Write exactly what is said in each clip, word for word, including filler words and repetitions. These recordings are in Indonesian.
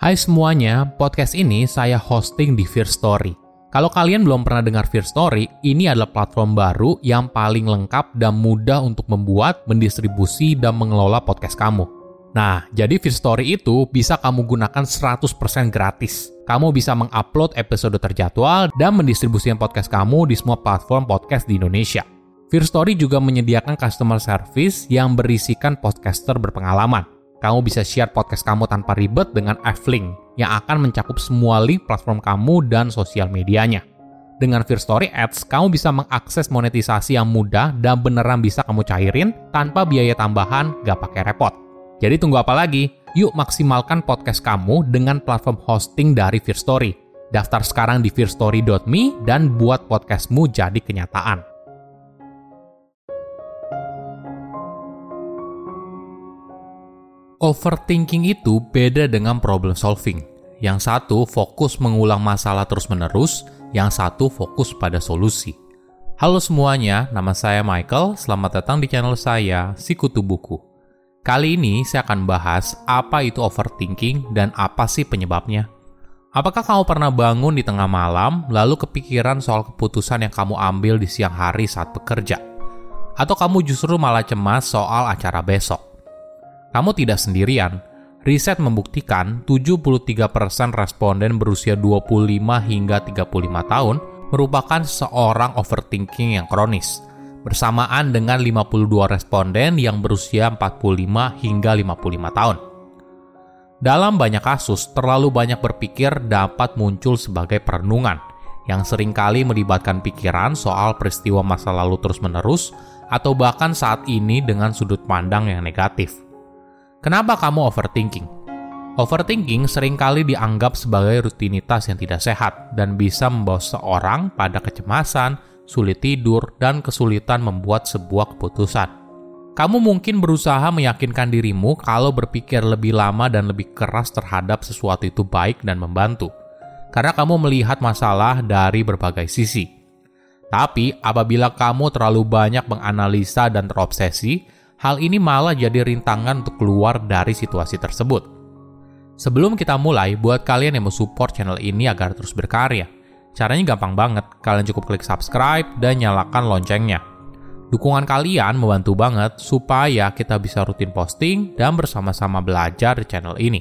Hai semuanya, podcast ini saya hosting di Firstory. Kalau kalian belum pernah dengar Firstory, ini adalah platform baru yang paling lengkap dan mudah untuk membuat, mendistribusi, dan mengelola podcast kamu. Nah, jadi Firstory itu bisa kamu gunakan seratus persen gratis. Kamu bisa mengupload episode terjadwal dan mendistribusikan podcast kamu di semua platform podcast di Indonesia. Firstory juga menyediakan customer service yang berisikan podcaster berpengalaman. Kamu bisa share podcast kamu tanpa ribet dengan F-Link yang akan mencakup semua link platform kamu dan sosial medianya. Dengan Firstory Ads, kamu bisa mengakses monetisasi yang mudah dan beneran bisa kamu cairin tanpa biaya tambahan, gak pakai repot. Jadi tunggu apa lagi? Yuk maksimalkan podcast kamu dengan platform hosting dari Firstory. Daftar sekarang di firstory dot me dan buat podcastmu jadi kenyataan. Overthinking itu beda dengan problem solving. Yang satu fokus mengulang masalah terus-menerus, yang satu fokus pada solusi. Halo semuanya, nama saya Michael. Selamat datang di channel saya, Sikutu Buku. Kali ini saya akan bahas apa itu overthinking dan apa sih penyebabnya. Apakah kamu pernah bangun di tengah malam lalu kepikiran soal keputusan yang kamu ambil di siang hari saat bekerja? Atau kamu justru malah cemas soal acara besok? Kamu tidak sendirian. Riset membuktikan tujuh puluh tiga persen responden berusia dua puluh lima hingga tiga puluh lima tahun merupakan seorang overthinking yang kronis, bersamaan dengan lima puluh dua responden yang berusia empat puluh lima hingga lima puluh lima tahun. Dalam banyak kasus, terlalu banyak berpikir dapat muncul sebagai perenungan, yang seringkali melibatkan pikiran soal peristiwa masa lalu terus-menerus atau bahkan saat ini dengan sudut pandang yang negatif. Kenapa kamu overthinking? Overthinking seringkali dianggap sebagai rutinitas yang tidak sehat dan bisa membawa seorang pada kecemasan, sulit tidur, dan kesulitan membuat sebuah keputusan. Kamu mungkin berusaha meyakinkan dirimu kalau berpikir lebih lama dan lebih keras terhadap sesuatu itu baik dan membantu, karena kamu melihat masalah dari berbagai sisi. Tapi, apabila kamu terlalu banyak menganalisa dan terobsesi, hal ini malah jadi rintangan untuk keluar dari situasi tersebut. Sebelum kita mulai, buat kalian yang mau support channel ini agar terus berkarya, caranya gampang banget. Kalian cukup klik subscribe dan nyalakan loncengnya. Dukungan kalian membantu banget supaya kita bisa rutin posting dan bersama-sama belajar di channel ini.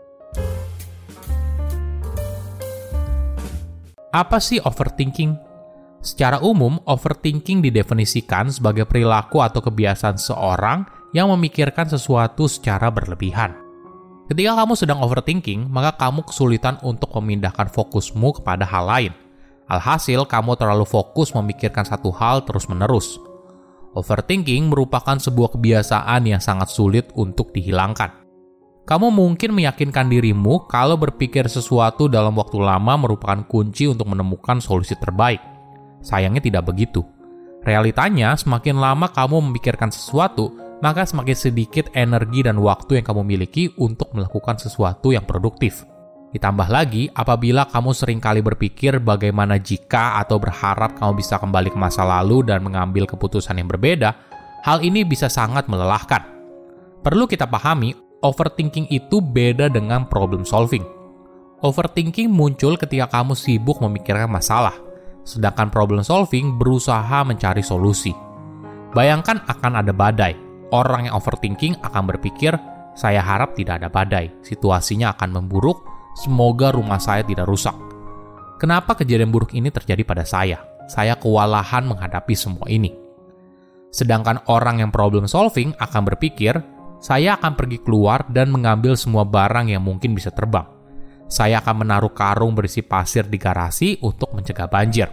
Apa sih overthinking? Secara umum, overthinking didefinisikan sebagai perilaku atau kebiasaan seorang yang memikirkan sesuatu secara berlebihan. Ketika kamu sedang overthinking, maka kamu kesulitan untuk memindahkan fokusmu kepada hal lain. Alhasil, kamu terlalu fokus memikirkan satu hal terus-menerus. Overthinking merupakan sebuah kebiasaan yang sangat sulit untuk dihilangkan. Kamu mungkin meyakinkan dirimu kalau berpikir sesuatu dalam waktu lama merupakan kunci untuk menemukan solusi terbaik. Sayangnya tidak begitu. Realitanya, semakin lama kamu memikirkan sesuatu, maka semakin sedikit energi dan waktu yang kamu miliki untuk melakukan sesuatu yang produktif. Ditambah lagi, apabila kamu seringkali berpikir bagaimana jika atau berharap kamu bisa kembali ke masa lalu dan mengambil keputusan yang berbeda, hal ini bisa sangat melelahkan. Perlu kita pahami, overthinking itu beda dengan problem solving. Overthinking muncul ketika kamu sibuk memikirkan masalah, sedangkan problem solving berusaha mencari solusi. Bayangkan akan ada badai. Orang yang overthinking akan berpikir, saya harap tidak ada badai. Situasinya akan memburuk, semoga rumah saya tidak rusak. Kenapa kejadian buruk ini terjadi pada saya? Saya kewalahan menghadapi semua ini. Sedangkan orang yang problem solving akan berpikir, saya akan pergi keluar dan mengambil semua barang yang mungkin bisa terbang. Saya akan menaruh karung berisi pasir di garasi untuk mencegah banjir.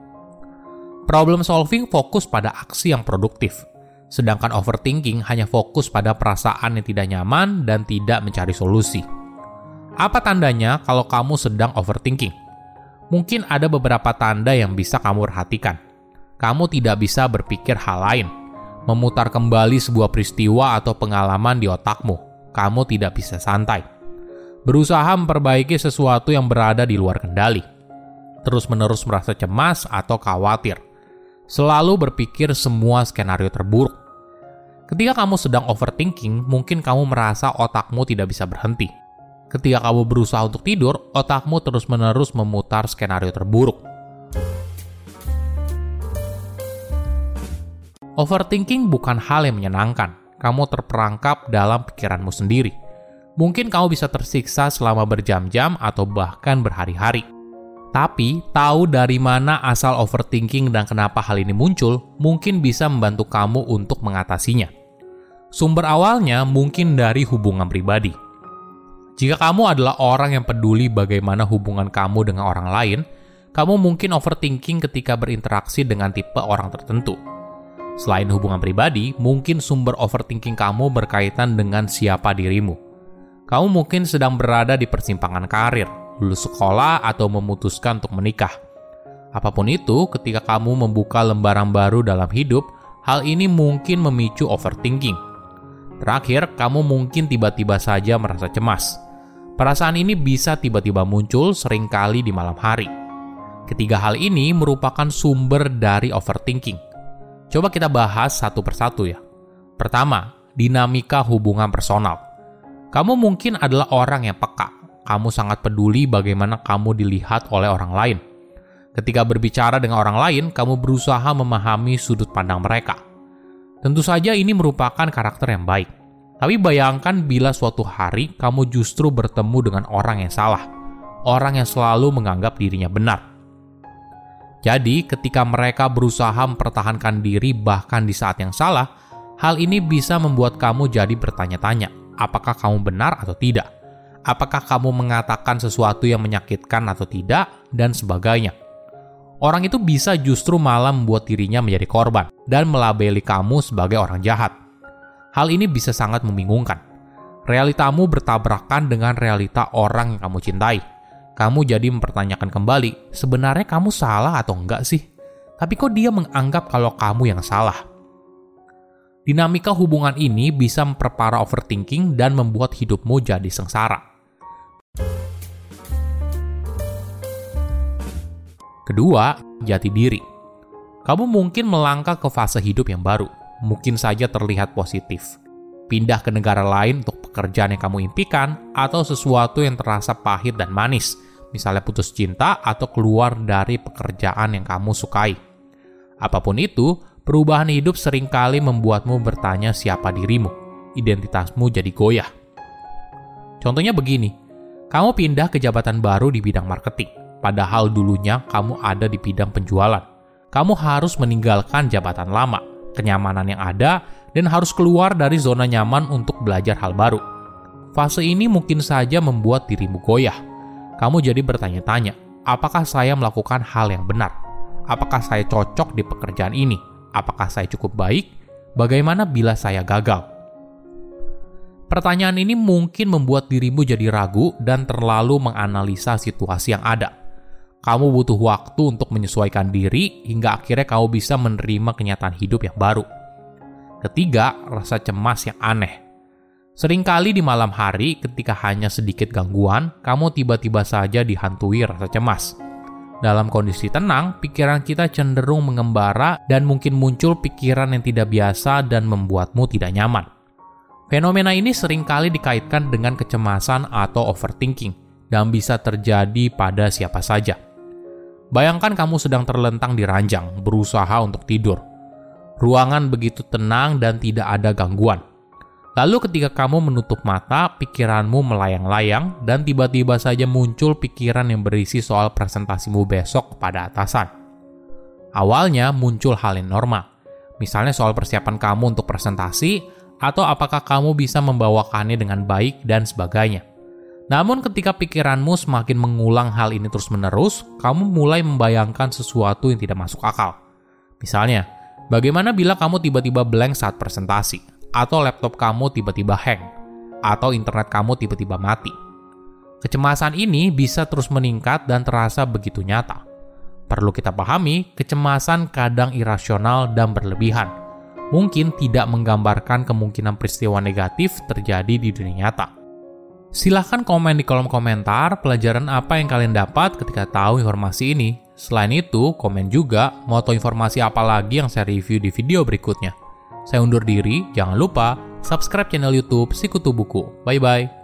Problem solving fokus pada aksi yang produktif, sedangkan overthinking hanya fokus pada perasaan yang tidak nyaman dan tidak mencari solusi. Apa tandanya kalau kamu sedang overthinking? Mungkin ada beberapa tanda yang bisa kamu perhatikan. Kamu tidak bisa berpikir hal lain, memutar kembali sebuah peristiwa atau pengalaman di otakmu. Kamu tidak bisa santai. Berusaha memperbaiki sesuatu yang berada di luar kendali. Terus-menerus merasa cemas atau khawatir. Selalu berpikir semua skenario terburuk. Ketika kamu sedang overthinking, mungkin kamu merasa otakmu tidak bisa berhenti. Ketika kamu berusaha untuk tidur, otakmu terus-menerus memutar skenario terburuk. Overthinking bukan hal yang menyenangkan. Kamu terperangkap dalam pikiranmu sendiri. Mungkin kamu bisa tersiksa selama berjam-jam atau bahkan berhari-hari. Tapi, tahu dari mana asal overthinking dan kenapa hal ini muncul, mungkin bisa membantu kamu untuk mengatasinya. Sumber awalnya mungkin dari hubungan pribadi. Jika kamu adalah orang yang peduli bagaimana hubungan kamu dengan orang lain, kamu mungkin overthinking ketika berinteraksi dengan tipe orang tertentu. Selain hubungan pribadi, mungkin sumber overthinking kamu berkaitan dengan siapa dirimu. Kamu mungkin sedang berada di persimpangan karir, lulus sekolah, atau memutuskan untuk menikah. Apapun itu, ketika kamu membuka lembaran baru dalam hidup, hal ini mungkin memicu overthinking. Terakhir, kamu mungkin tiba-tiba saja merasa cemas. Perasaan ini bisa tiba-tiba muncul seringkali di malam hari. Ketiga hal ini merupakan sumber dari overthinking. Coba kita bahas satu persatu ya. Pertama, dinamika hubungan personal. Kamu mungkin adalah orang yang peka. Kamu sangat peduli bagaimana kamu dilihat oleh orang lain. Ketika berbicara dengan orang lain, kamu berusaha memahami sudut pandang mereka. Tentu saja ini merupakan karakter yang baik. Tapi bayangkan bila suatu hari kamu justru bertemu dengan orang yang salah. Orang yang selalu menganggap dirinya benar. Jadi, ketika mereka berusaha mempertahankan diri bahkan di saat yang salah, hal ini bisa membuat kamu jadi bertanya-tanya, apakah kamu benar atau tidak? Apakah kamu mengatakan sesuatu yang menyakitkan atau tidak, dan sebagainya. Orang itu bisa justru malah membuat dirinya menjadi korban dan melabeli kamu sebagai orang jahat. Hal ini bisa sangat membingungkan. Realitamu bertabrakan dengan realita orang yang kamu cintai. Kamu jadi mempertanyakan kembali, sebenarnya kamu salah atau enggak sih? Tapi kok dia menganggap kalau kamu yang salah? Dinamika hubungan ini bisa memperparah overthinking dan membuat hidupmu jadi sengsara. Kedua, jati diri. Kamu mungkin melangkah ke fase hidup yang baru, mungkin saja terlihat positif. Pindah ke negara lain untuk pekerjaan yang kamu impikan, atau sesuatu yang terasa pahit dan manis, misalnya putus cinta atau keluar dari pekerjaan yang kamu sukai. Apapun itu, perubahan hidup seringkali membuatmu bertanya siapa dirimu, identitasmu jadi goyah. Contohnya begini, kamu pindah ke jabatan baru di bidang marketing, padahal dulunya kamu ada di bidang penjualan. Kamu harus meninggalkan jabatan lama, kenyamanan yang ada, dan harus keluar dari zona nyaman untuk belajar hal baru. Fase ini mungkin saja membuat dirimu goyah. Kamu jadi bertanya-tanya, apakah saya melakukan hal yang benar? Apakah saya cocok di pekerjaan ini? Apakah saya cukup baik? Bagaimana bila saya gagal? Pertanyaan ini mungkin membuat dirimu jadi ragu dan terlalu menganalisa situasi yang ada. Kamu butuh waktu untuk menyesuaikan diri hingga akhirnya kamu bisa menerima kenyataan hidup yang baru. Ketiga, rasa cemas yang aneh. Seringkali di malam hari ketika hanya sedikit gangguan, kamu tiba-tiba saja dihantui rasa cemas. Dalam kondisi tenang, pikiran kita cenderung mengembara dan mungkin muncul pikiran yang tidak biasa dan membuatmu tidak nyaman. Fenomena ini seringkali dikaitkan dengan kecemasan atau overthinking dan bisa terjadi pada siapa saja. Bayangkan kamu sedang terlentang di ranjang, berusaha untuk tidur. Ruangan begitu tenang dan tidak ada gangguan. Lalu ketika kamu menutup mata, pikiranmu melayang-layang dan tiba-tiba saja muncul pikiran yang berisi soal presentasimu besok kepada atasan. Awalnya muncul hal yang normal, misalnya soal persiapan kamu untuk presentasi atau apakah kamu bisa membawakannya dengan baik dan sebagainya. Namun ketika pikiranmu semakin mengulang hal ini terus-menerus, kamu mulai membayangkan sesuatu yang tidak masuk akal. Misalnya, bagaimana bila kamu tiba-tiba blank saat presentasi, atau laptop kamu tiba-tiba hang, atau internet kamu tiba-tiba mati. Kecemasan ini bisa terus meningkat dan terasa begitu nyata. Perlu kita pahami, kecemasan kadang irasional dan berlebihan. Mungkin tidak menggambarkan kemungkinan peristiwa negatif terjadi di dunia nyata. Silahkan komen di kolom komentar pelajaran apa yang kalian dapat ketika tahu informasi ini. Selain itu, komen juga mau tahu informasi apa lagi yang saya review di video berikutnya. Saya undur diri, jangan lupa subscribe channel YouTube Sikutu Buku. Bye-bye.